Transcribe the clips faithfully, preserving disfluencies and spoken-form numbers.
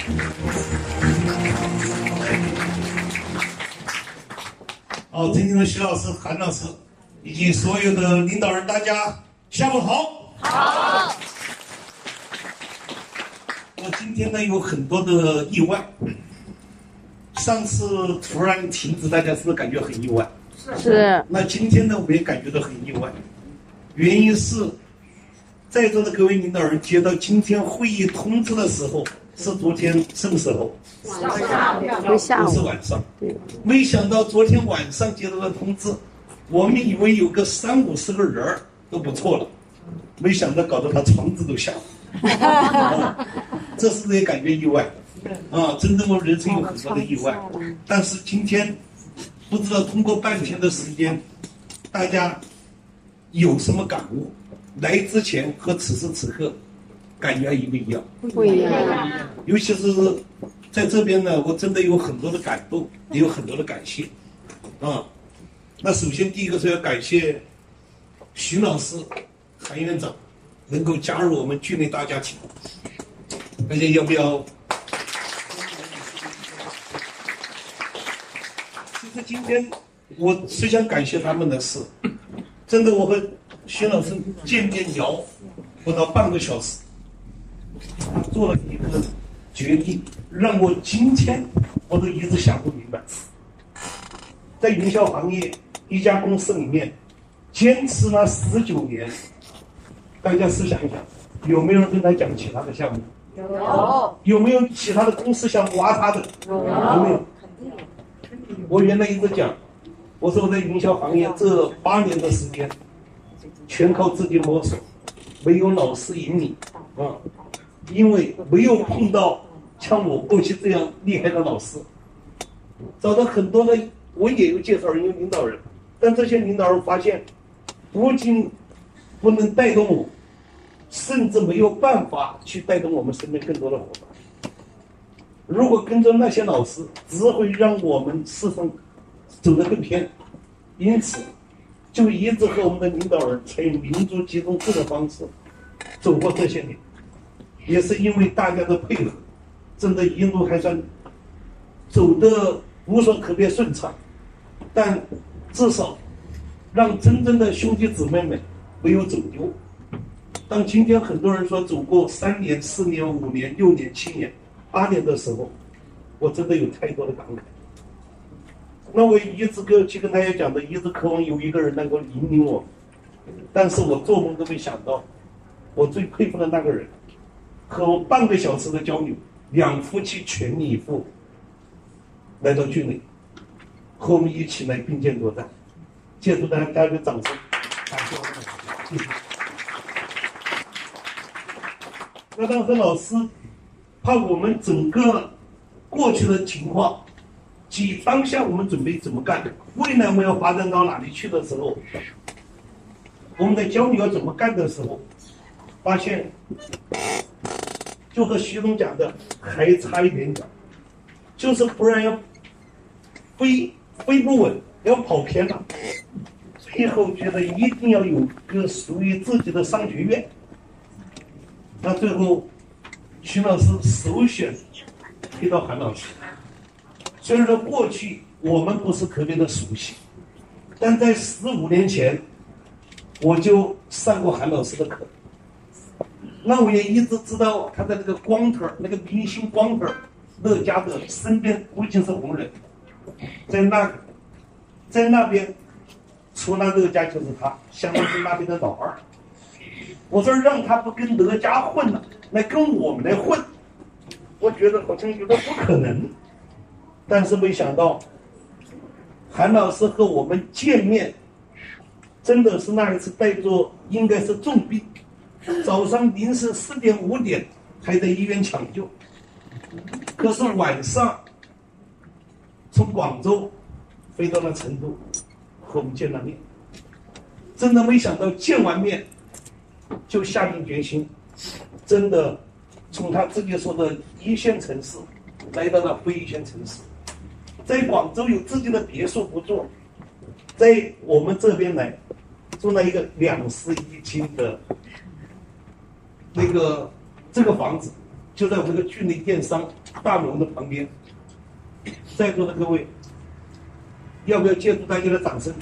好，尊敬的徐老师、韩老师以及所有的领导人，大家下午好。好。我今天呢有很多的意外，上次突然停止，大家是不是感觉很意外？ 是。 那今天呢，我也感觉到很意外，原因是在座的各位领导人接到今天会议通知的时候，是昨天什么时候？ 下午。 是晚上。对。没想到昨天晚上接到的通知，我们以为有个三五十个人都不错了，没想到搞得他床子都下了。啊，这是不是也感觉意外？啊，真正我人生有很多的意外，但是今天不知道通过半天的时间，大家有什么感悟？来之前和此时此刻感觉一不一样？ 不一样。 尤其是在这边呢，我真的有很多的感动，也有很多的感谢。啊，那首先第一个是要感谢徐老师、韩院长能够加入我们聚内大家庭，大家要不要？其实今天我最想感谢他们的是，真的我和徐老师见面聊不到半个小时，他做了一个决定，让我今天我都一直想不明白。在营销行业一家公司里面坚持了十九年，大家试想一想，有没有人跟他讲其他的项目？有。有没有其他的公司想挖他的？有。有没有？我原来一直讲，我说我在营销行业这八年的时间，全靠自己摸索，没有老师引领啊，因为没有碰到像我过去这样厉害的老师，找到很多的，我也有介绍人，有领导人，但这些领导人发现，不仅不能带动我，甚至没有办法去带动我们身边更多的伙伴。如果跟着那些老师，只会让我们事上走得更偏。因此，就一直和我们的领导人采用民族集中制的方式走过这些年，也是因为大家的配合，真的一路还算走得无说特别顺畅，但至少让真正的兄弟姊妹们没有走丢。当今天很多人说走过三年、四年、五年、六年、七年、八年的时候，我真的有太多的感慨。那我一直跟去跟大家讲的，一直渴望有一个人能够引领我，但是我做梦都没想到，我最佩服的那个人，和我半个小时的交流，两夫妻全力以赴来到聚内，和我们一起来并肩作战。借助大家的掌声，感谢我们老师，谢谢。那当时老师怕我们整个过去的情况及当下我们准备怎么干，未来我们要发展到哪里去的时候，我们在交流要怎么干的时候，发现就和徐总讲的还差一点点，就是不然要飞飞不稳，要跑偏了。最后觉得一定要有个属于自己的商学院。那最后徐老师首选推到韩老师。虽然说过去我们不是特别的熟悉，但在十五年前我就上过韩老师的课，那我也一直知道他的那个光头，那个明星光头乐嘉的身边不仅是红人，在那在那边除了乐嘉就是他，相当是那边的老二。我说让他不跟乐嘉混了，来跟我们来混，我觉得好像有点不可能。但是没想到韩老师和我们见面，真的是那一次带着应该是重病，早上凌晨四点五点还在医院抢救，可是晚上从广州飞到了成都和我们见了面。真的没想到见完面就下定决心，真的从他自己说的一线城市来到了非一线城市，在广州有自己的别墅不住，在我们这边来住了一个两室一厅的那个这个房子， 就在我们这个郡内电商大楼的旁边。在座的各位，要不要借助大家的掌声？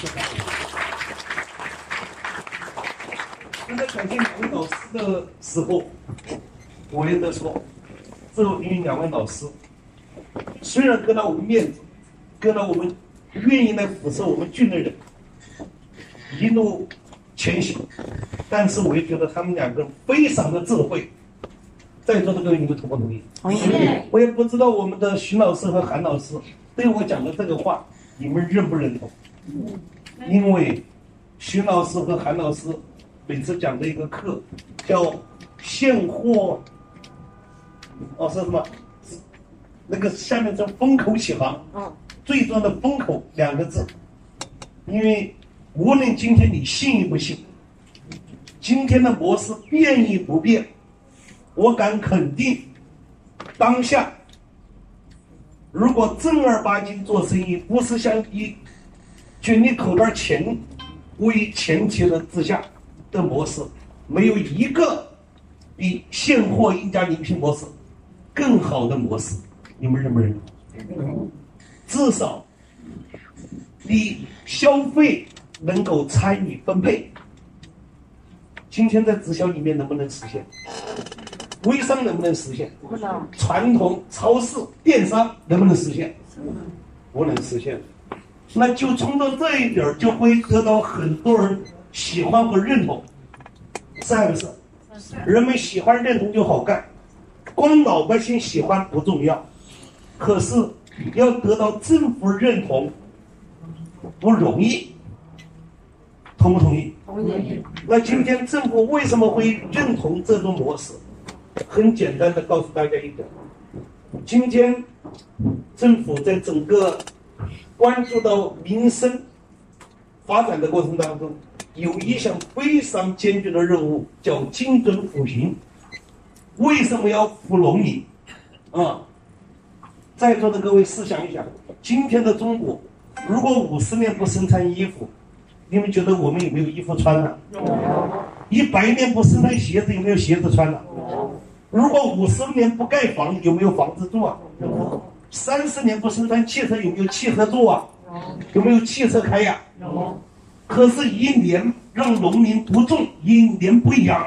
那在感谢两位老师的时候，我也在说，最后因为两位老师虽然给了我们面子，给了我们愿意来辅trợ我们郡内人一路前行，但是我也觉得他们两个人非常的智慧。在座的各位，你们同不同意？同意。我也不知道我们的徐老师和韩老师对我讲的这个话，你们认不认同？因为徐老师和韩老师每次讲的一个课叫现货，哦，是什么？那个下面叫风口起航。嗯。最重要的风口两个字，因为无论今天你信与不信，今天的模式变与不变，我敢肯定，当下如果正儿八经做生意，不是像以卷你口袋钱为前提的之下的模式，没有一个比现货一家临聘模式更好的模式，你们认不认同？至少你消费能够参与分配。今天在直销里面能不能实现？微商能不能实现？不能。传统超市电商能不能实现？不能实现。那就冲到这一点，就会得到很多人喜欢和认同，是还不是？人们喜欢认同就好干，光老百姓喜欢不重要，可是要得到政府认同不容易，同不同意？同意。那今天政府为什么会认同这种模式？很简单的告诉大家一点，今天政府在整个关注到民生发展的过程当中，有一项非常艰巨的任务，叫精准扶贫。为什么要扶农民？啊，在座的各位试想一想，今天的中国，如果五十年不生产衣服，你们觉得我们有没有衣服穿了？有。一百年不生产鞋子，有没有鞋子穿了？有。如果五十年不盖房，有没有房子住啊？有。三十年不生产汽车，有没有汽车住啊？有。有没有汽车开呀？有。可是，一年让农民不种，一年不养，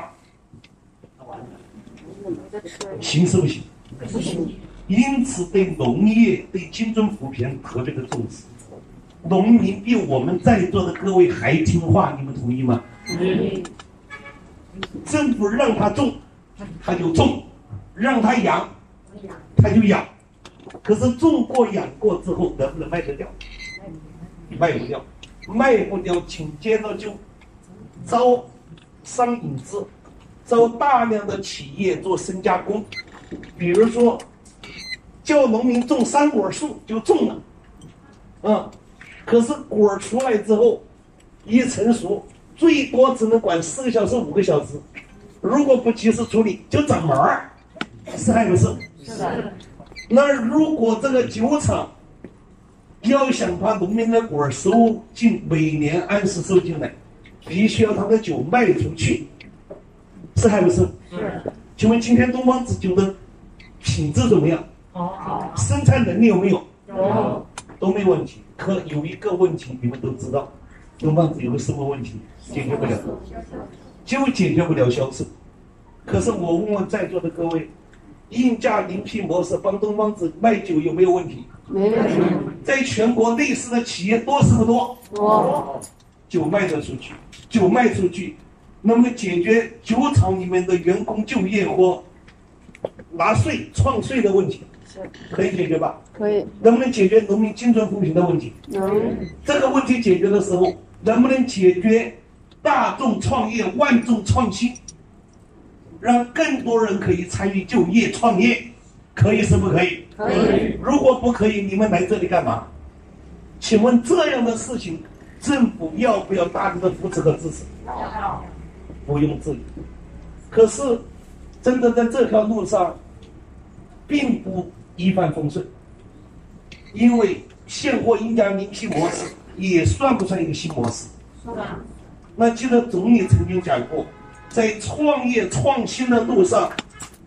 行是不行？不行。因此，对农业、对精准扶贫特别的重视。农民比我们在座的各位还听话，你们同意吗？嗯。政府让他种，他就种；让他养，他就养。可是种过、养过之后，能不能卖得掉？卖不掉。卖不掉，紧接着就招商引资，招大量的企业做深加工。比如说，叫农民种山果树就种了，嗯，可是果出来之后，一成熟，最多只能管四个小时、五个小时，如果不及时处理，就长毛儿，是还不是？是的。那如果这个酒厂要想把农民的果收进，每年按时收进来，必须要他的酒卖出去，是还不是？是。请问今天东方紫酒的品质怎么样？好。生产能力有没有？有。都没问题。可有一个问题你们都知道，东方紫有个什么问题解决不了？就解决不了销售。可是我问问在座的各位，应价临聘模式帮东方紫卖酒有没有问题？没问题。在全国类似的企业多是不多？多。酒卖得出去，酒卖出去，能不能解决酒厂里面的员工就业或拿税创税的问题？是。可以解决吧？可以。能不能解决农民精准扶贫的问题？能。这个问题解决的时候，能不能解决大众创业、万众创新，让更多人可以参与就业创业？可以是不可以？可以。如果不可以，你们来这里干嘛？请问这样的事情，政府要不要大力的扶持和支持？要。毋庸置疑。可是，真的在这条路上，并不一帆风顺，因为现货应价临聘模式也算不算一个新模式？算。那记得总理曾经讲过，在创业创新的路上，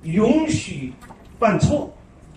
允许犯错。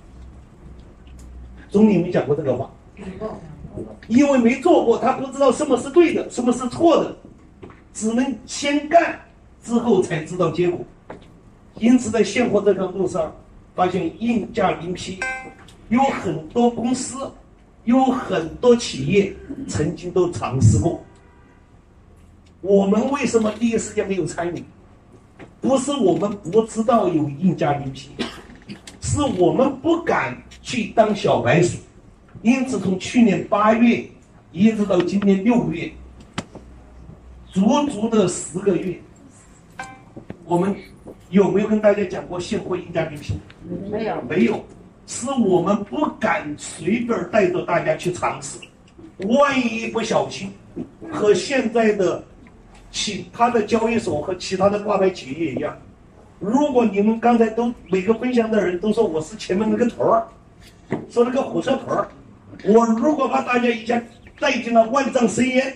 总理没讲过这个话，因为没做过，他不知道什么是对的，什么是错的，只能先干，之后才知道结果。因此，在现货这条路上，发现硬价零批，有很多公司，有很多企业曾经都尝试过。我们为什么第一时间没有参与？不是我们不知道有硬价零批，是我们不敢去当小白鼠。因此，从去年八月一直到今年六月，足足的十个月，我们有没有跟大家讲过现货硬价零批？ 没有， 没有，是我们不敢随便带着大家去尝试，万一不小心，和现在的其他的交易所和其他的挂牌企业一样，如果你们刚才都每个分享的人都说我是前面那个头儿，说那个火车头儿，我如果把大家一下带进了万丈深渊，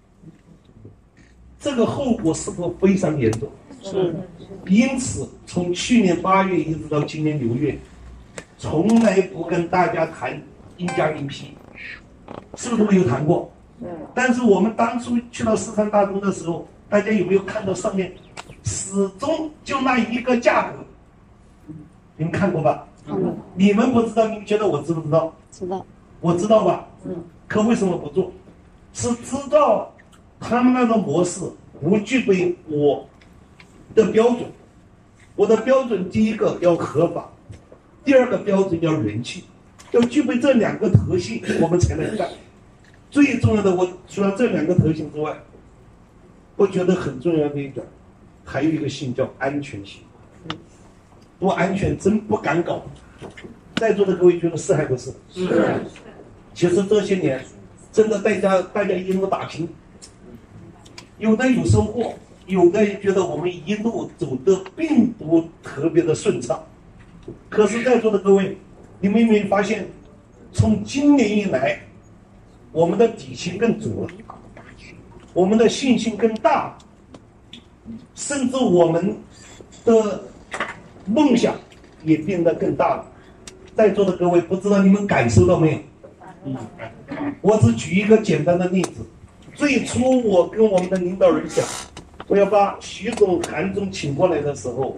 这个后果是否非常严重？ 是。 因此，从去年八月一直到今年六月，从来不跟大家谈硬价零批，是不是没有谈过？但是我们当初去到四川大宗的时候，大家有没有看到上面始终就那一个价格？你们看过吧？ 嗯、 你们不知道，你们觉得我知不知道？ 知道。 我知道吧？ 嗯。 可为什么不做？是知道他们那种模式不具备我的标准。我的标准第一个要合法，第二个标准要人气，要具备这两个特性，我们才能干。最重要的，我除了这两个特性之外，我觉得很重要的一点，还有一个性叫安全性。不安全真不敢搞。在座的各位觉得是还不是？是。其实这些年，真的大家大家一路打拼，有的有收获，有的觉得我们一路走的并不特别的顺畅。可是在座的各位，你们有没有发现，从今年以来，我们的底气更足了，我们的信心更大，甚至我们的梦想也变得更大了。在座的各位，不知道你们感受到没有？我只举一个简单的例子。最初我跟我们的领导人讲，我要把徐总、韩总请过来的时候，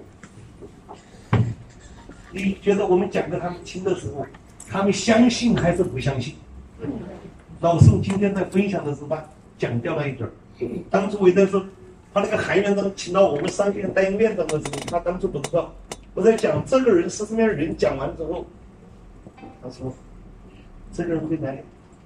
你觉得我们讲给他们听的时候，他们相信还是不相信？老宋今天在分享的时候讲掉了一点。当初我在说他那个韩院长请到我们商学院担任院长的时候，他当初不知道。我在讲这个人是什么样的人，讲完之后，他说这个人会来。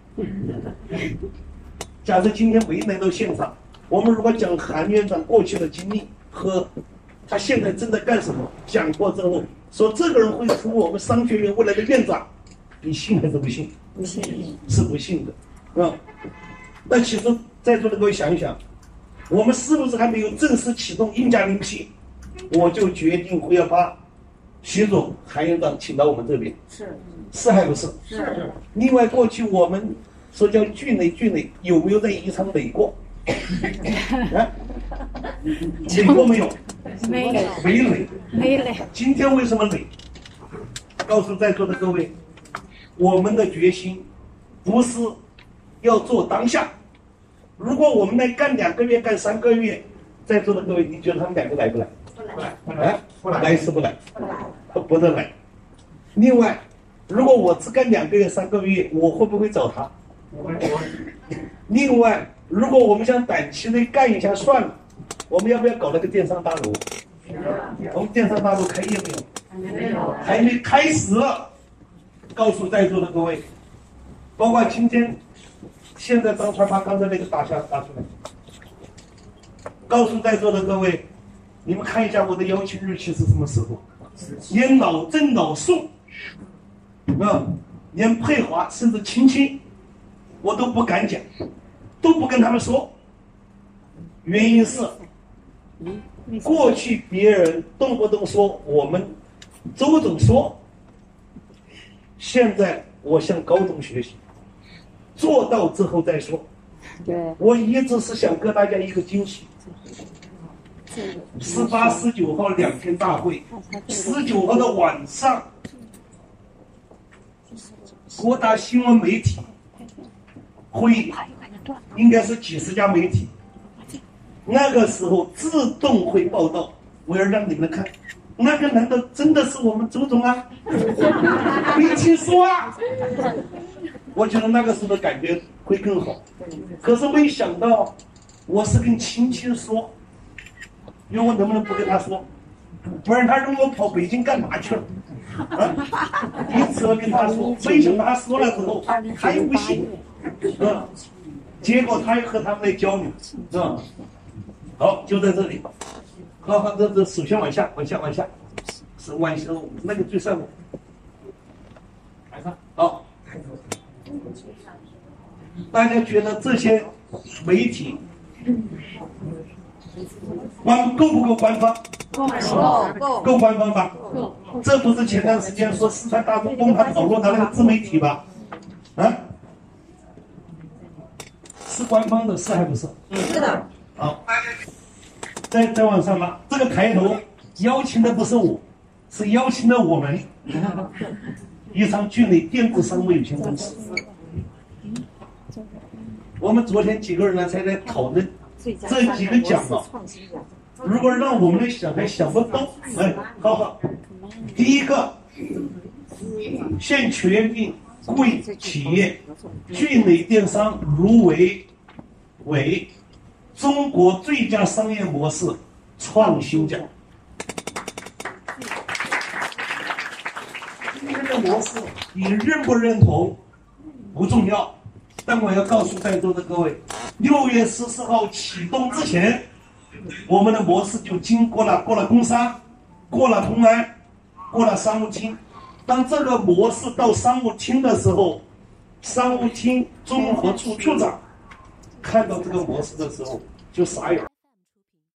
假设今天没来到现场，我们如果讲韩院长过去的经历和他现在正在干什么，讲过之后，说这个人会成为我们商学院未来的院长，你信还是不信？ 不信。 是不信的，啊、嗯。那其实在座的各位想一想，我们是不是还没有正式启动硬价零批，我就决定会要把徐总、韩院长请到我们这边？是。是还不是？是。另外，过去我们说叫聚垒，聚垒有没有在宜昌垒过？啊，垒过没有？ 没垒。 没垒。 没垒。 今天为什么垒？告诉在座的各位，我们的决心不是要做当下。如果我们来干两个月、干三个月，在座的各位，你觉得他们两个来不来？不来。不来。不来。来是不来？不来。不得来。另外，如果我只干两个月、三个月，我会不会找他？我会。另外，如果我们想短期内干一下算了，我们要不要搞那个电商大楼？我们电商大楼开业没有？没有。还没开始。告诉在座的各位，包括今天，现在张川把刚才那个打下打出来，告诉在座的各位，你们看一下我的邀请日期是什么时候？连老郑、老宋，啊，连佩华甚至青青，我都不敢讲，都不跟他们说。原因是，过去别人动不动说我们周总说，现在我向高总学习，做到之后再说。对，我一直是想给大家一个惊喜。 十八、十九号两天大会，十九号的晚上，各大新闻媒体会应该是几十家媒体，那个时候自动会报道。我要让你们看，那个难道真的是我们周总啊？没听说啊。我觉得那个时候的感觉会更好，可是没想到我是跟亲戚说，因为我能不能不跟他说，不然他让我跑北京干嘛去了？啊，因此我跟他说，没想到他说了之后，他又不信，啊，结果他又和他们来交流，是吧？好，就在这里，好好，这这首先往下，往下，往下，是往下，那个最上面，来看，好。大家觉得这些媒体官够不够官方？够够够官方吧？够。这不是前段时间说四川大众公开讨论的那个自媒体吧？啊？是官方的，是还不是？是的。好，再再往上吧。这个抬头邀请的不是我，是邀请了我们宜昌聚美电子商务有限公司。我们昨天几个人呢才在讨论这几个奖啊，如果让我们来想还想不到。哎，好好，第一个，现全运贵企业聚美电商入围为中国最佳商业模式创新奖。这个模式你认不认同不重要，但我要告诉在座的各位，六月十四号启动之前，我们的模式就经过了过了工商，过了同安，过了商务厅。当这个模式到商务厅的时候，商务厅综合处处长看到这个模式的时候就傻眼。